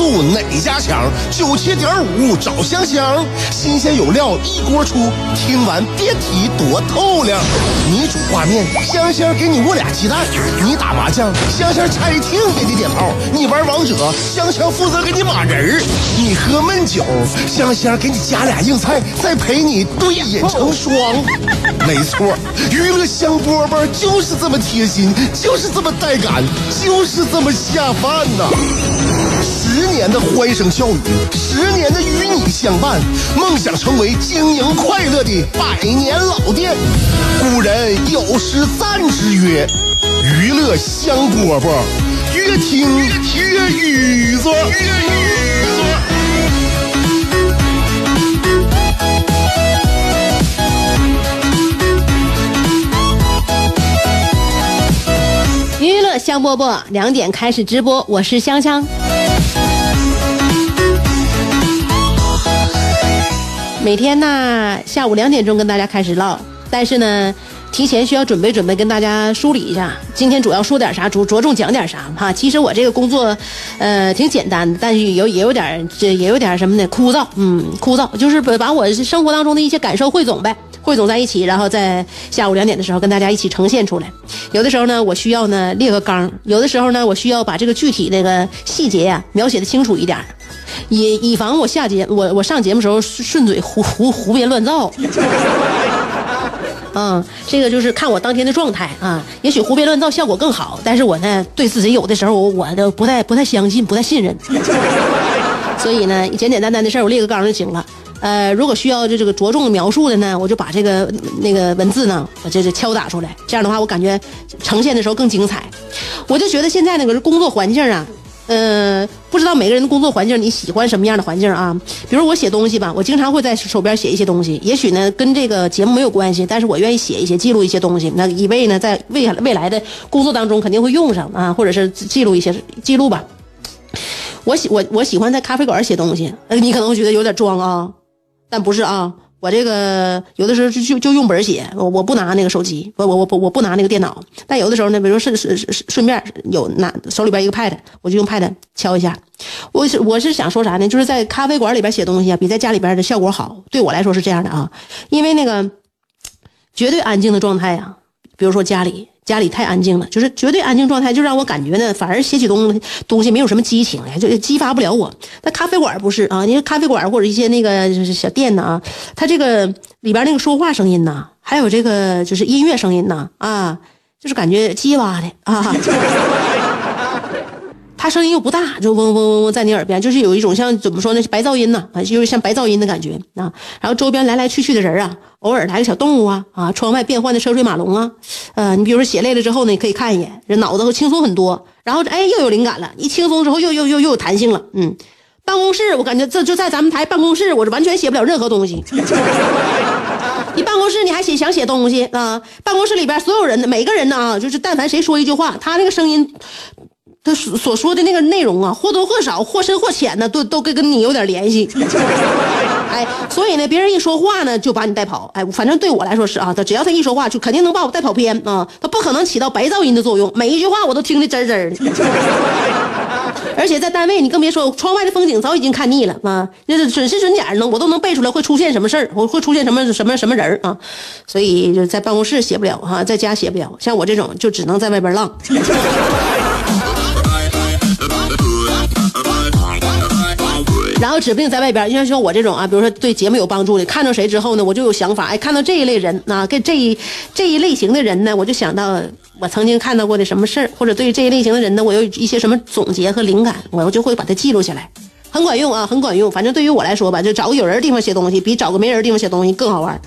度哪家强？97.5找香香，新鲜有料一锅出，听完别提多透亮。你煮挂面，香香给你握俩鸡蛋；你打麻将，香香拆听给你点炮；你玩王者，香香负责给你码人；你喝闷酒，香香给你加俩硬菜，再陪你对饮成双。没错，娱乐香饽饽就是这么贴心，就是这么带感，就是这么下饭呐！10年的欢声笑语，10年的与你相伴，梦想成为经营快乐的100年老店。古人有诗赞之曰：娱乐香饽饽，越听越雨子。 娱乐香饽饽2点开始直播，我是香香。每天呢下午2点钟跟大家开始唠，但是呢提前需要准备跟大家梳理一下，今天主要说点啥，着重讲点啥哈。其实我这个工作挺简单的，但是也有点什么呢，枯燥，就是把我生活当中的一些感受汇总在一起，然后在下午2点的时候跟大家一起呈现出来。有的时候呢我需要呢列个纲，有的时候呢我需要把这个具体那个细节呀描写的清楚一点，以防我上节目时候顺嘴胡编乱造。这个就是看我当天的状态啊，也许胡编乱造效果更好，但是我呢对自己有的时候我都不太相信，不太信任。所以呢简单的事儿我列个纲就行了。如果需要这个着重描述的呢，我就把那个文字呢我这敲打出来，这样的话我感觉呈现的时候更精彩。我就觉得现在那个工作环境啊，不知道每个人的工作环境你喜欢什么样的环境啊？比如我写东西吧，我经常会在手边写一些东西，也许呢跟这个节目没有关系，但是我愿意写一些记录一些东西，那以为呢在未来的工作当中肯定会用上啊，或者是记录吧。我喜欢在咖啡馆写东西，你可能会觉得有点装啊，但不是啊。我这个有的时候就用本写，我不拿那个手机，我不拿那个电脑。但有的时候呢，比如说顺便有拿手里边一个 pad， 我就用 pad 敲一下。我是想说啥呢？就是在咖啡馆里边写东西啊，比在家里边的效果好。对我来说是这样的啊，因为那个绝对安静的状态啊，比如说家里太安静了，就是绝对安静状态，就让我感觉呢，反而写起东西没有什么激情来，就激发不了我。那咖啡馆不是啊，你说咖啡馆或者一些那个就是小店呢啊，它这个里边那个说话声音呢，还有这个就是音乐声音呢啊，就是感觉鸡哇的啊。它声音又不大，就嗡嗡嗡嗡在你耳边，就是有一种像怎么说呢，白噪音呢啊，就是像白噪音的感觉啊。然后周边来来去去的人啊，偶尔来个小动物啊，窗外变幻的车水马龙啊，你比如说写累了之后呢，你可以看一眼，人脑子会轻松很多，然后又有灵感了，一轻松之后又有弹性了。办公室我感觉这就在咱们台办公室，我是完全写不了任何东西。你办公室你还想写东西啊？办公室里边所有人的每个人呢啊，就是但凡谁说一句话，他那个声音。他所说的那个内容啊，或多或少、或深或浅的，都跟你有点联系。所以呢，别人一说话呢，就把你带跑。反正对我来说是啊，只要他一说话，就肯定能把我带跑偏啊。他不可能起到白噪音的作用，每一句话我都听得真真的。而且在单位，你更别说，窗外的风景早已经看腻了啊，就是准时准点呢，我都能背出来会出现什么事儿，我会出现什么人啊。所以就在办公室写不了哈，在家写不了。像我这种就只能在外边浪。然后指不定在外边，就像我这种啊，比如说对节目有帮助的，看到谁之后呢，我就有想法，看到这一类人啊，跟这一类型的人呢，我就想到我曾经看到过的什么事儿，或者对于这一类型的人呢，我有一些什么总结和灵感，我就会把它记录下来，很管用啊，很管用。反正对于我来说吧，就找个有人的地方写东西，比找个没人的地方写东西更好玩。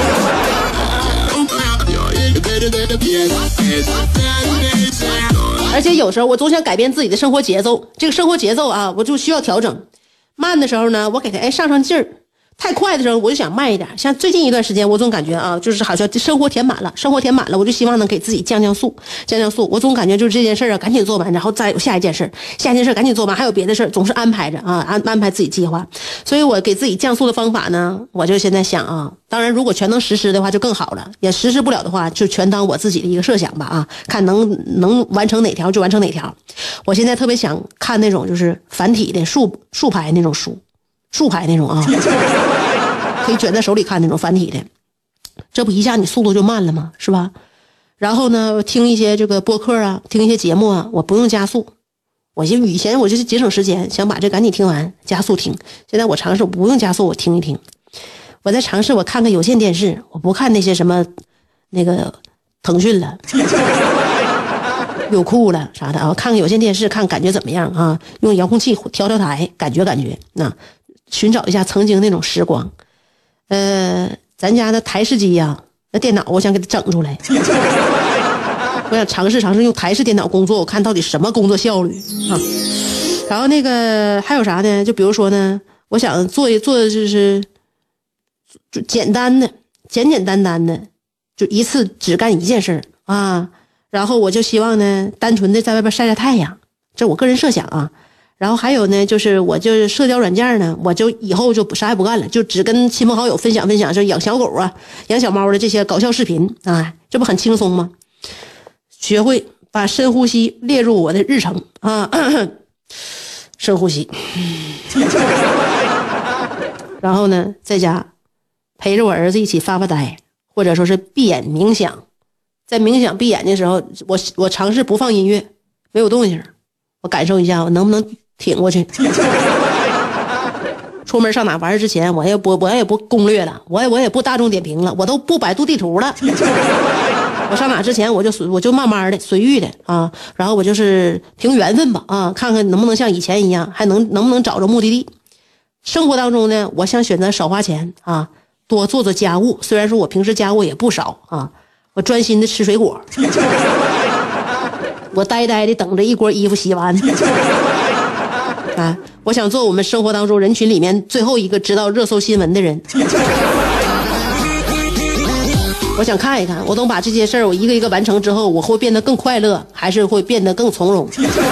而且有时候我总想改变自己的生活节奏，这个生活节奏啊，我就需要调整。慢的时候呢，我给它上劲儿；太快的时候，我就想慢一点。像最近一段时间，我总感觉啊，就是好像生活填满了，我就希望能给自己降速。我总感觉就是这件事啊，赶紧做完，然后再有下一件事赶紧做完，还有别的事总是安排着啊，安排自己计划。所以我给自己降速的方法呢，我就现在想啊，当然如果全能实施的话就更好了，也实施不了的话就全当我自己的一个设想吧啊，看能完成哪条就完成哪条。 我现在特别想看那种就是繁体的竖排那种书，竖排那种啊，可以卷在手里看那种繁体的，这不一下你速度就慢了吗？是吧？然后呢，听一些这个播客啊，听一些节目啊，我不用加速。我以前我就是节省时间，想把这赶紧听完，加速听。现在我尝试不用加速，我听一听。我在尝试我看看有线电视，我不看那些什么那个腾讯了、优酷了啥的啊，看看有线电视，看感觉怎么样啊？用遥控器调台，感觉那寻找一下曾经那种时光。咱家的台式机呀，那电脑我想给它整出来。我想尝试用台式电脑工作，我看到底什么工作效率啊？然后那个还有啥呢？就比如说呢，我想做就是就简单的、简单的，就一次只干一件事啊。然后我就希望呢，单纯的在外边晒晒太阳，这我个人设想啊。然后还有呢，就是我就是社交软件呢，我就以后就啥也不干了，就只跟亲朋好友分享，就养小狗啊、养小猫的这些搞笑视频啊，这不很轻松吗？学会把深呼吸列入我的日程啊，深呼吸，然后呢，在家陪着我儿子一起发呆，或者说是闭眼冥想。在冥想闭眼的时候，我尝试不放音乐，没有动静，我感受一下我能不能挺过去。出门上哪玩之前，我也不攻略了，我也不大众点评了，我都不百度地图了。我上哪之前我就慢慢的随遇的啊，然后我就是凭缘分吧啊，看看能不能像以前一样，还能不能找着目的地。生活当中呢，我想选择少花钱啊，多做做家务。虽然说我平时家务也不少啊，我专心的吃水果，我呆呆的等着一锅衣服洗完。啊，我想做我们生活当中人群里面最后一个知道热搜新闻的人。我想看一看，我等把这些事儿我一个一个完成之后，我会变得更快乐，还是会变得更从容？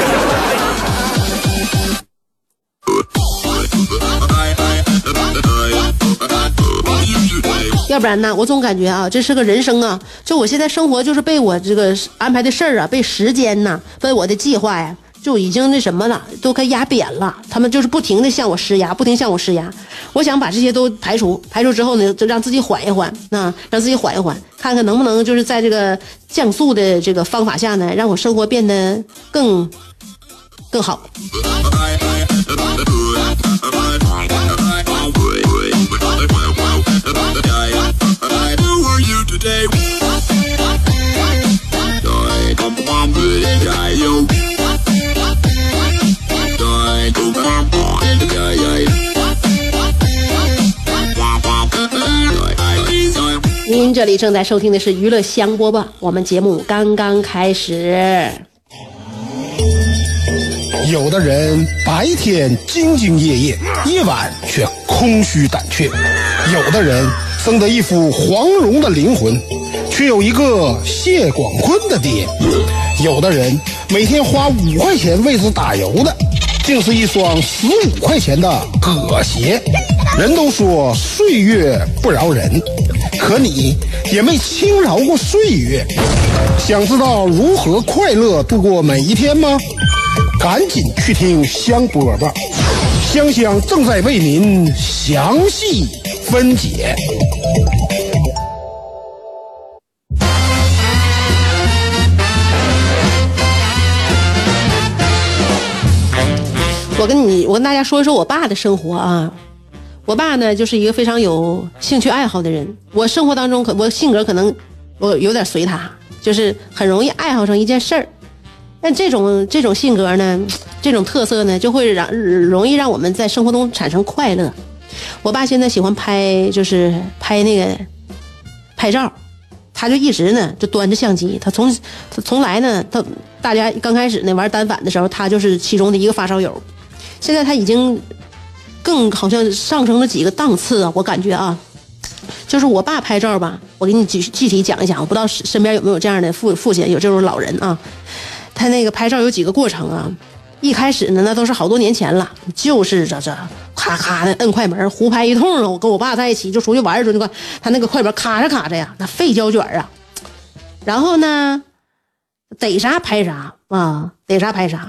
要不然呢，我总感觉啊，这是个人生啊，就我现在生活就是被我这个安排的事儿啊，被时间呐，被我的计划呀，就已经那什么了，都快压扁了。他们就是不停的向我施压，我想把这些都排除之后呢，就让自己缓一缓，让自己缓一缓，看看能不能就是在这个降速的这个方法下呢，让我生活变得更好。您这里正在收听的是娱乐香饽饽，我们节目刚刚开始。 有的人白天兢兢业业，夜晚却空虚胆怯；有的人生得一副黄蓉的灵魂，却有一个谢广坤的爹；有的人每天花5块钱为之打油的，竟是一双15块钱的葛鞋。人都说岁月不饶人，可你也没轻饶过岁月。想知道如何快乐度过每一天吗？赶紧去听香饽饽，香香正在为您详细分解。 我跟大家说一说我爸的生活啊。我爸呢，就是一个非常有兴趣爱好的人。我生活当中我性格可能我有点随他，就是很容易爱好上一件事儿。但这种性格呢，这种特色呢，就会容易让我们在生活中产生快乐。我爸现在喜欢拍那个拍照，他就一直呢就端着相机，他从来呢，大家刚开始呢玩单反的时候，他就是其中的一个发烧友。现在他已经更好像上升了几个档次啊，我感觉啊，就是我爸拍照吧，我给你具体讲一讲，我不知道身边有没有这样的父亲，有这种老人啊。他那个拍照有几个过程啊，一开始呢那都是好多年前了，就是这咔咔的摁快门胡拍一通啊。我跟我爸在一起就出去玩的时候，他那个快门咔着呀，那费胶卷啊。然后呢，逮啥拍啥啊，逮啥拍啥。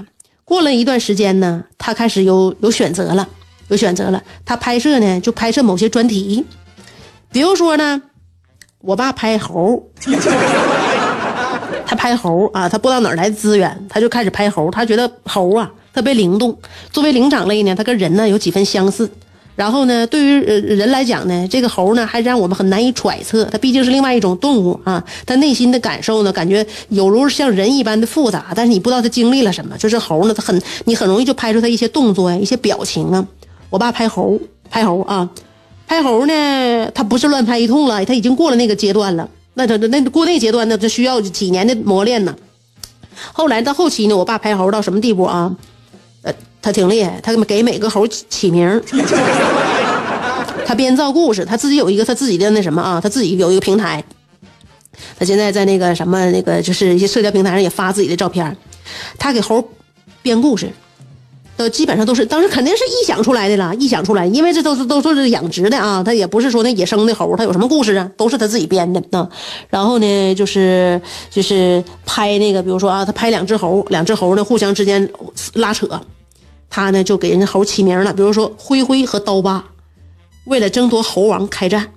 过了一段时间呢，他开始有选择了，他拍摄呢就拍摄某些专题，比如说呢，我爸拍猴，他拍猴啊，他不知道哪儿来的资源，他就开始拍猴，他觉得猴啊特别灵动，作为灵长类呢，它跟人呢有几分相似。然后呢，对于人来讲呢，这个猴呢还让我们很难以揣测，它毕竟是另外一种动物啊，它内心的感受呢，感觉有如像人一般的复杂，但是你不知道它经历了什么。就是猴呢，你很容易就拍出它一些动作呀、一些表情啊。我爸拍猴啊，拍猴呢，他不是乱拍一通了，他已经过了那个阶段了。那过那个阶段呢，这需要几年的磨练呢。后来到后期呢，我爸拍猴到什么地步啊？他挺厉害，他给每个猴起名，他编造故事，他自己有一个他自己的那什么啊，他自己有一个平台，他现在在那个什么那个就是一些社交平台上也发自己的照片，他给猴编故事，基本上都是当时肯定是臆想出来的了，因为这都是养殖的啊，他也不是说那野生的猴，他有什么故事啊，都是他自己编的啊。然后呢，就是拍那个，比如说啊，他拍两只猴呢互相之间拉扯。他呢就给人家猴起名了，比如说灰灰和刀疤为了争夺猴王开战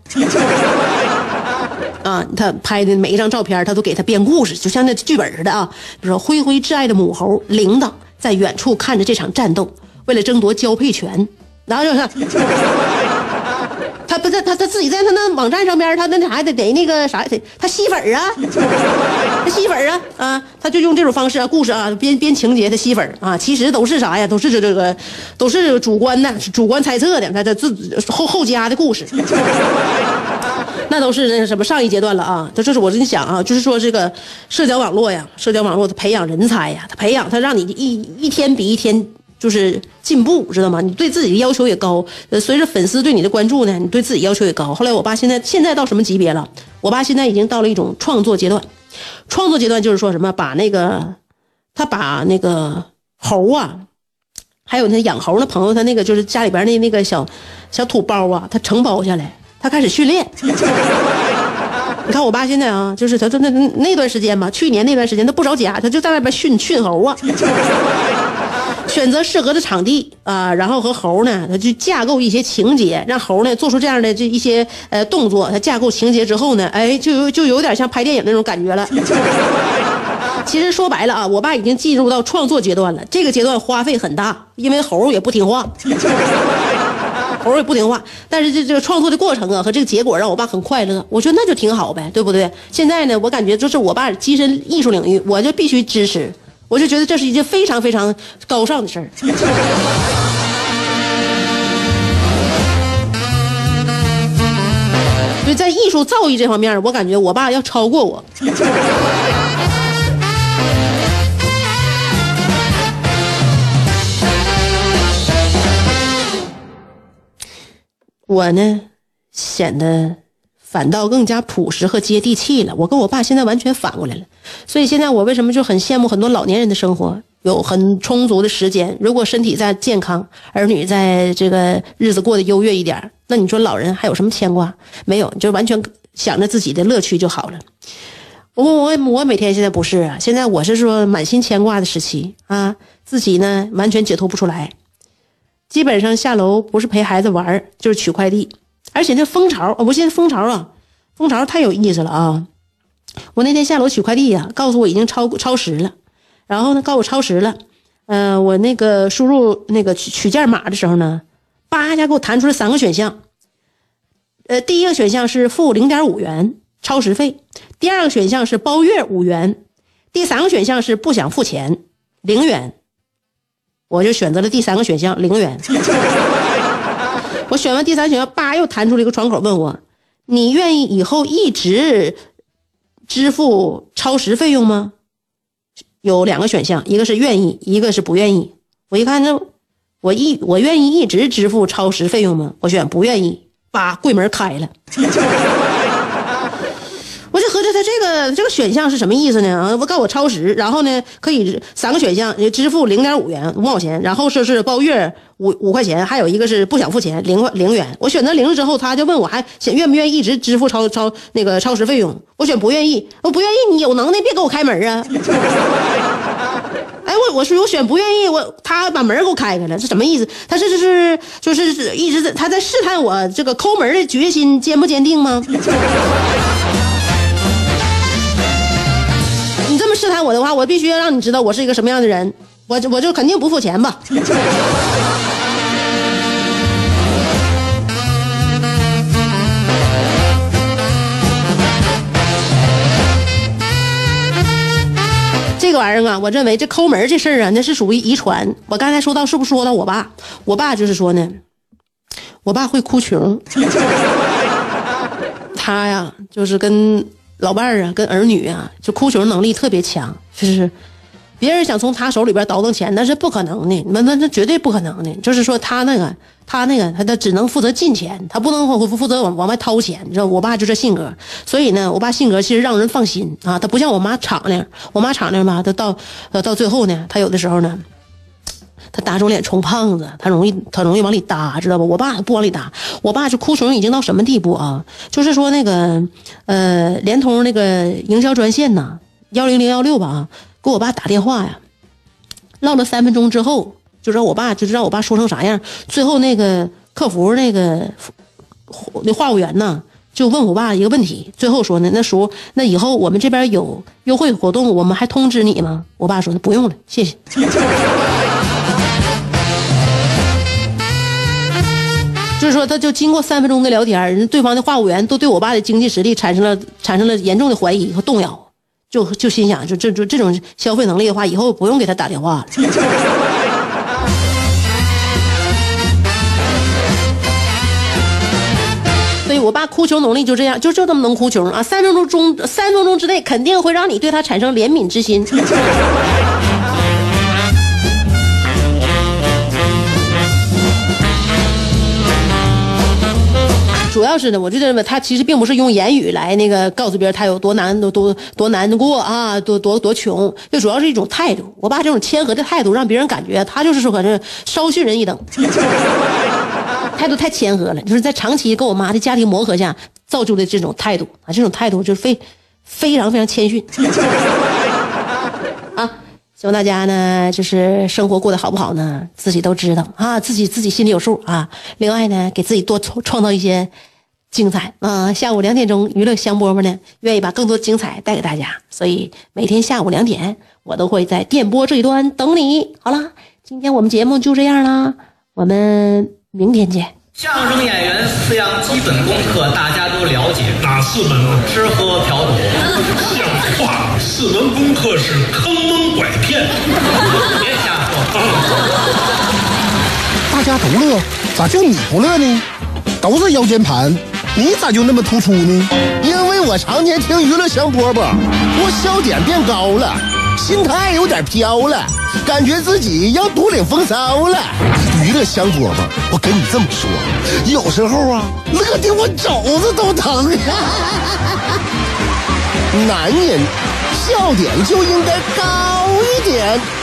啊，他拍的每一张照片他都给他编故事，就像那剧本似的啊。比如说灰灰挚爱的母猴铃铛在远处看着这场战斗，为了争夺交配权，然后就是他自己在他那网站上边，他那还得那个啥，他吸粉啊，他就用这种方式啊，故事啊，编情节，他吸粉啊，其实都是啥呀？都是主观猜测的，他自后加的故事，那都是那什么上一阶段了啊。这是我跟你讲啊，就是说这个社交网络它培养人才呀，它让你一天比一天。就是进步，知道吗？你对自己的要求也高，随着粉丝对你的关注呢，你对自己要求也高。后来我爸现在到什么级别了？我爸现在已经到了一种创作阶段，就是说什么他把那个猴啊，还有那养猴的朋友，他那个就是家里边那个小土包啊，他承包下来，他开始训练。你看我爸现在啊，就是他那段时间吧，去年那段时间他不着家，他就在外边训猴啊。选择适合的场地啊，然后和猴呢，他就架构一些情节，让猴呢做出这样的这一些动作。他架构情节之后呢，哎，就有点像拍电影那种感觉了。其实说白了啊，我爸已经进入到创作阶段了，这个阶段花费很大，因为猴也不听话。但是这个创作的过程啊和这个结果让我爸很快乐，我觉得那就挺好呗，对不对？现在呢，我感觉就是我爸跻身艺术领域，我就必须支持。我就觉得这是一件非常非常高尚的事儿。所以在艺术造诣这方面，我感觉我爸要超过我。我呢，显得反倒更加朴实和接地气了。我跟我爸现在完全反过来了，所以现在我为什么就很羡慕很多老年人的生活，有很充足的时间，如果身体再健康，儿女在这个日子过得优越一点，那你说老人还有什么牵挂？没有，你就完全想着自己的乐趣就好了。我每天现在不是啊，现在我是说满心牵挂的时期啊，自己呢完全解脱不出来，基本上下楼不是陪孩子玩就是取快递。而且这蜂巢，我现在蜂巢太有意思了啊！我那天下楼取快递呀，告诉我已经超时了，然后呢，告诉我超时了，我那个输入那个取件码的时候呢，叭一下给我弹出了3个选项，第一个选项是付0.5元超时费，第二个选项是包月5元，第3个选项是不想付钱0元，我就选择了第3个选项0元。我选完第3选项，叭又弹出了一个窗口问我，你愿意以后一直支付超时费用吗？有2个选项，一个是愿意，一个是不愿意。我一看我愿意一直支付超时费用吗？我选不愿意，叭柜门开了。我就合计他这个选项是什么意思呢？啊，我告我超时，然后呢可以3个选项，支付0.5元5毛钱，然后说是包月5块钱，还有一个是不想付钱0元。我选择0了之后，他就问我还愿不愿意一直支付超时费用。我选不愿意，我不愿意，你有能耐别给我开门啊！哎， 我选不愿意，他把门给我开开了，这什么意思？他就是一直他在试探我这个抠门的决心坚不坚定吗？你这么试探我的话，我必须要让你知道我是一个什么样的人，我就肯定不付钱吧。这个玩意儿啊，我认为这抠门这事儿啊，那是属于遗传。我刚才是不是说到我爸？我爸就是说呢，我爸会哭穷，他呀就是跟老伴儿啊，跟儿女啊，就哭穷能力特别强，就是别人想从他手里边倒腾钱，那是不可能的，那绝对不可能的。就是说他只能负责进钱，他不能负责往外掏钱，你知道，我爸就这性格。所以呢，我爸性格其实让人放心啊，他不像我妈敞亮，我妈敞亮吧，他到最后呢，他有的时候呢，他打肿脸充胖子，他容易往里搭，知道吧？我爸不往里搭，我爸就哭穷已经到什么地步啊？就是说那个联通那个营销专线呐，10016吧啊，给我爸打电话呀，唠了3分钟之后，就让我爸说成啥样。最后那个客服那话务员呢，就问我爸一个问题，最后说呢，那以后我们这边有优惠活动，我们还通知你吗？我爸说不用了，谢谢。就是说，他就经过3分钟的聊天，人对方的话务员都对我爸的经济实力产生了严重的怀疑和动摇，就心想，就这种消费能力的话，以后不用给他打电话了。所以我爸哭穷能力就这样，就这么能哭穷啊！3分钟之内肯定会让你对他产生怜悯之心。主要是呢，我就认为他其实并不是用言语来那个告诉别人他有多难过啊，多穷，最主要是一种态度。我爸这种谦和的态度，让别人感觉他就是说可是稍逊人一等，态度太谦和了，就是在长期跟我妈的家庭磨合下造就的这种态度啊，这种态度就是非常非常谦逊啊。希望大家呢，就是生活过得好不好呢，自己都知道啊，自己心里有数啊。另外呢，给自己多创造一些精彩啊。下午2点钟，娱乐香饽饽呢，愿意把更多精彩带给大家，所以每天下午2点，我都会在电波这一端等你。好啦，今天我们节目就这样啦，我们明天见。 相声演员4样基本功课大家都了解， 哪4门啊？ 吃喝嫖赌。 像话，4门功课是坑蒙拐骗。 别瞎说。 大家都乐，咋就你不乐呢？都是腰间盘，你咋就那么突出呢？因为我常年听娱乐香饽饽，我笑点变高了，心态有点飘了，感觉自己要独领风骚了。娱乐香饽饽，我跟你这么说，有时候啊，乐得我肘子都疼。男人笑点就应该高一点。